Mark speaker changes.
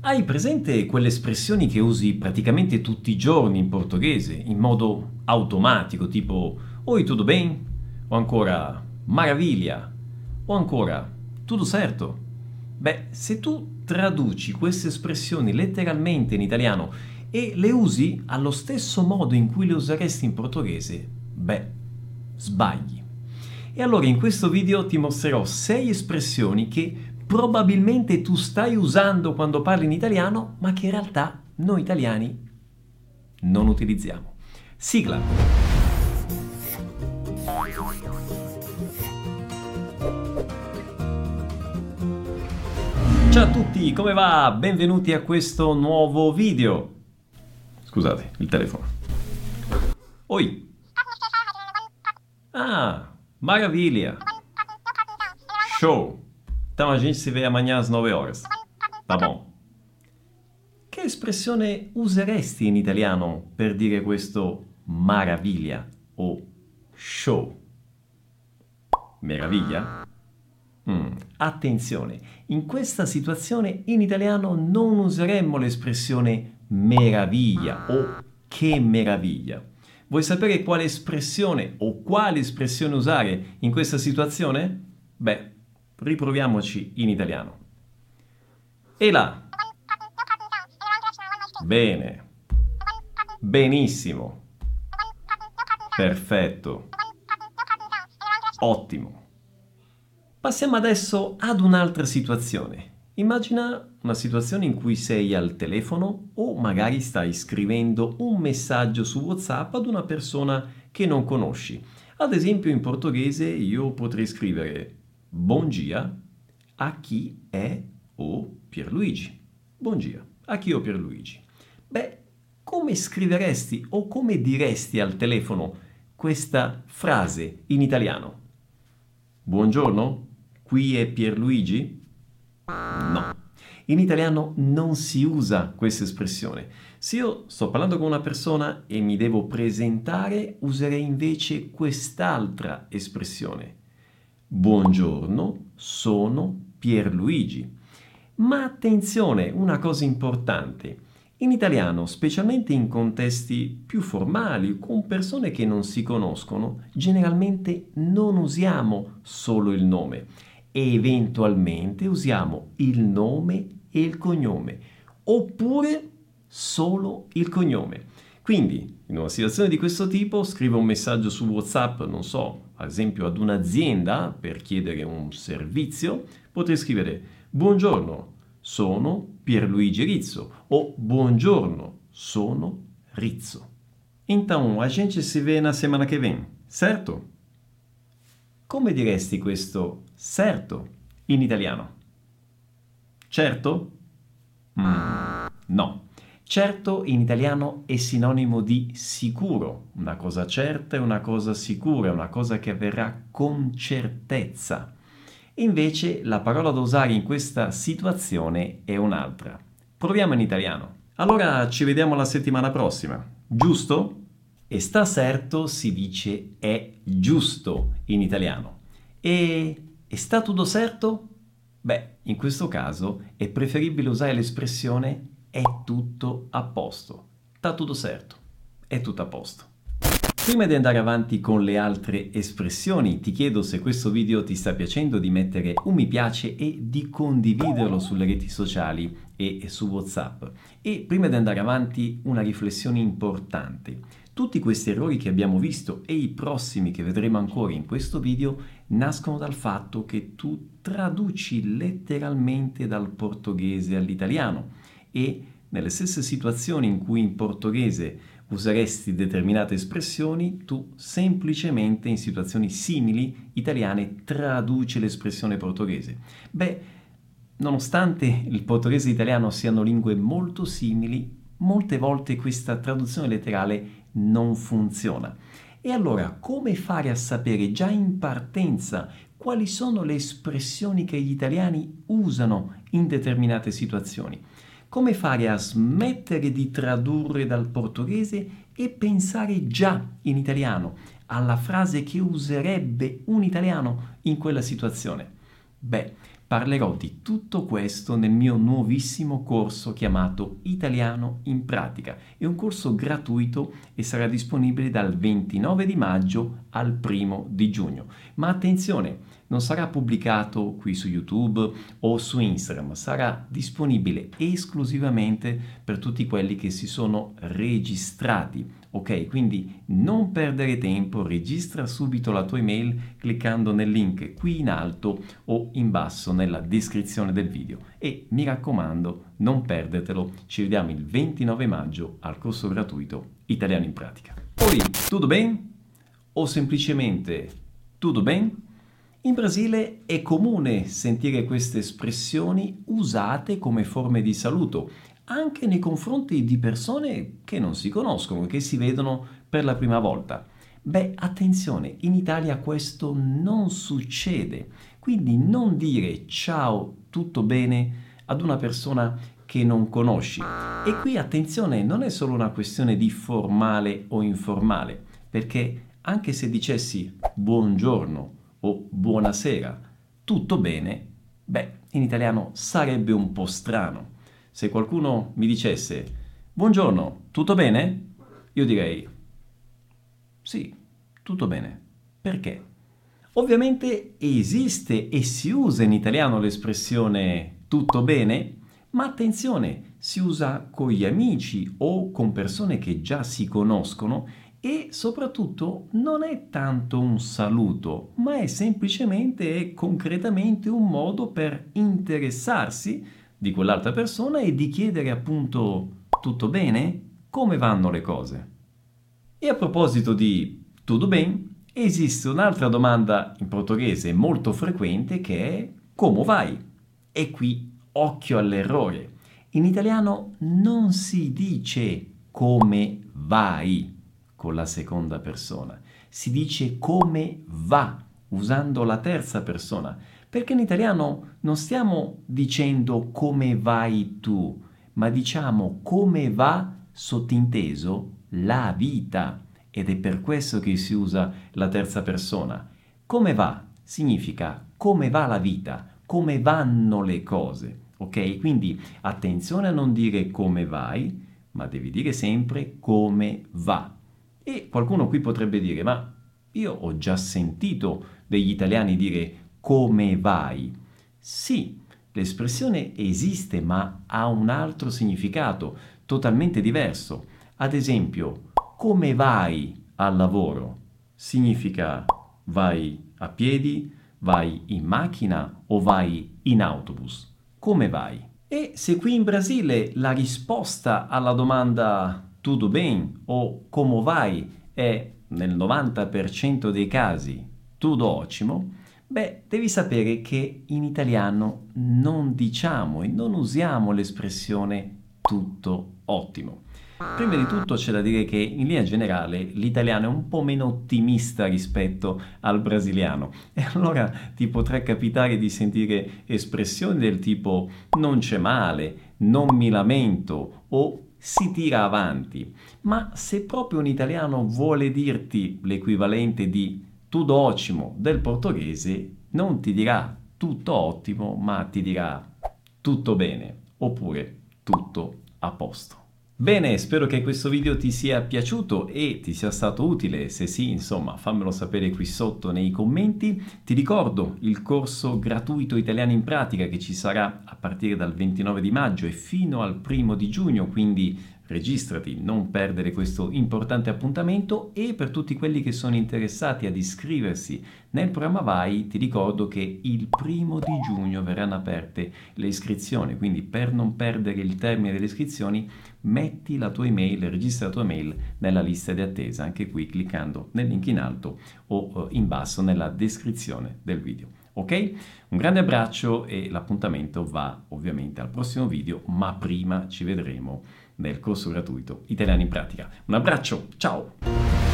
Speaker 1: Hai presente quelle espressioni che usi praticamente tutti i giorni in portoghese, in modo automatico, tipo Oi, tudo bem? O ancora Maravilha? O ancora Tudo certo? Beh, se tu traduci queste espressioni letteralmente in italiano e le usi allo stesso modo in cui le useresti in portoghese, beh, sbagli. E allora in questo video ti mostrerò 6 espressioni che probabilmente tu stai usando quando parli in italiano, ma che in realtà noi italiani non utilizziamo. Sigla. Ciao a tutti, come va? Benvenuti a questo nuovo video. Scusate, il telefono. Oi. Ah, maravilha. Show. Então a gente se vê amanhã às 9 horas. Tá bom. Che espressione useresti in italiano per dire questo maraviglia o show? Meraviglia? Attenzione, in questa situazione in italiano non useremmo l'espressione meraviglia o che meraviglia. Vuoi sapere quale espressione o quale espressione usare in questa situazione? Beh, riproviamoci in italiano. E là. Bene. Benissimo. Perfetto. Ottimo. Passiamo adesso ad un'altra situazione. Immagina una situazione in cui sei al telefono o magari stai scrivendo un messaggio su WhatsApp ad una persona che non conosci. Ad esempio in portoghese io potrei scrivere Bom dia, aqui è o Pierluigi. Bom dia, aqui o Pierluigi. Beh, come scriveresti o come diresti al telefono questa frase in italiano? Buongiorno, qui è Pierluigi? No. In italiano non si usa questa espressione. Se io sto parlando con una persona e mi devo presentare, userei invece quest'altra espressione. Buongiorno, sono Pierluigi. Ma attenzione, una cosa importante. In italiano, specialmente in contesti più formali, con persone che non si conoscono, generalmente non usiamo solo il nome e eventualmente usiamo il nome e il cognome, oppure solo il cognome. Quindi, in una situazione di questo tipo, scrivo un messaggio su WhatsApp, non so, ad esempio ad un'azienda per chiedere un servizio, potrei scrivere Buongiorno, sono Pierluigi Rizzo o Buongiorno, sono Rizzo. Então, a gente se vê na semana che vem, certo? Come diresti questo certo in italiano? Certo? No. Certo in italiano è sinonimo di sicuro. Una cosa certa è una cosa sicura, è una cosa che avverrà con certezza. Invece la parola da usare in questa situazione è un'altra. Proviamo in italiano. Allora ci vediamo la settimana prossima, giusto? E sta certo si dice è giusto in italiano. E sta tutto certo? Beh, in questo caso è preferibile usare l'espressione è tutto a posto. Sta tutto certo. È tutto a posto. Prima di andare avanti con le altre espressioni, ti chiedo se questo video ti sta piacendo di mettere un mi piace e di condividerlo sulle reti sociali e su WhatsApp. E prima di andare avanti, una riflessione importante. Tutti questi errori che abbiamo visto e i prossimi che vedremo ancora in questo video nascono dal fatto che tu traduci letteralmente dal portoghese all'italiano e nelle stesse situazioni in cui in portoghese useresti determinate espressioni, tu semplicemente in situazioni simili italiane traduci l'espressione portoghese. Beh, nonostante il portoghese e l'italiano siano lingue molto simili, molte volte questa traduzione letterale non funziona. E allora, come fare a sapere già in partenza quali sono le espressioni che gli italiani usano in determinate situazioni? Come fare a smettere di tradurre dal portoghese e pensare già in italiano alla frase che userebbe un italiano in quella situazione? Beh, parlerò di tutto questo nel mio nuovissimo corso chiamato Italiano in Pratica. È un corso gratuito e sarà disponibile dal 29 di maggio al 1 di giugno. Ma attenzione, non sarà pubblicato qui su YouTube o su Instagram, sarà disponibile esclusivamente per tutti quelli che si sono registrati. Ok, quindi non perdere tempo, registra subito la tua email cliccando nel link qui in alto o in basso nella descrizione del video e mi raccomando non perdertelo, ci vediamo il 29 maggio al corso gratuito Italiano in Pratica. Poi, tutto bene? O semplicemente tutto bene? In Brasile è comune sentire queste espressioni usate come forme di saluto anche nei confronti di persone che non si conoscono, che si vedono per la prima volta. Beh, attenzione, in Italia questo non succede, quindi non dire ciao, tutto bene ad una persona che non conosci. E qui attenzione, non è solo una questione di formale o informale, perché anche se dicessi buongiorno o buonasera, tutto bene, beh, in italiano sarebbe un po' strano. Se qualcuno mi dicesse buongiorno, tutto bene? Io direi sì, tutto bene. Perché? Ovviamente esiste e si usa in italiano l'espressione tutto bene, ma attenzione, si usa con gli amici o con persone che già si conoscono e soprattutto non è tanto un saluto, ma è semplicemente e concretamente un modo per interessarsi di quell'altra persona e di chiedere appunto tutto bene? Come vanno le cose? E a proposito di tutto bene, esiste un'altra domanda in portoghese molto frequente che è come vai? E qui occhio all'errore. In italiano non si dice come vai con la seconda persona, si dice come va usando la terza persona. Perché in italiano non stiamo dicendo come vai tu, ma diciamo come va sottinteso la vita. Ed è per questo che si usa la terza persona. Come va significa come va la vita, come vanno le cose. Ok? Quindi attenzione a non dire come vai, ma devi dire sempre come va. E qualcuno qui potrebbe dire, ma io ho già sentito degli italiani dire come vai? Sì, l'espressione esiste ma ha un altro significato, totalmente diverso. Ad esempio, come vai al lavoro? Significa vai a piedi, vai in macchina o vai in autobus? Come vai? E se qui in Brasile la risposta alla domanda tutto bem o come vai è nel 90% dei casi tutto ottimo, beh, devi sapere che in italiano non diciamo e non usiamo l'espressione tutto ottimo. Prima di tutto c'è da dire che in linea generale l'italiano è un po' meno ottimista rispetto al brasiliano e allora ti potrà capitare di sentire espressioni del tipo non c'è male, non mi lamento o si tira avanti. Ma se proprio un italiano vuole dirti l'equivalente di tutto ottimo del portoghese, non ti dirà tutto ottimo, ma ti dirà tutto bene oppure tutto a posto. Bene, spero che questo video ti sia piaciuto e ti sia stato utile. Se sì, insomma, fammelo sapere qui sotto nei commenti. Ti ricordo il corso gratuito Italiano in Pratica che ci sarà a partire dal 29 di maggio e fino al 1 di giugno, quindi registrati, non perdere questo importante appuntamento. E per tutti quelli che sono interessati ad iscriversi nel programma Vai, ti ricordo che il 1 di giugno verranno aperte le iscrizioni, quindi per non perdere il termine delle iscrizioni metti la tua email, registra la tua email nella lista di attesa, anche qui cliccando nel link in alto o in basso nella descrizione del video. Ok? Un grande abbraccio e l'appuntamento va ovviamente al prossimo video, ma prima ci vedremo nel corso gratuito Italiano in Pratica. Un abbraccio, ciao!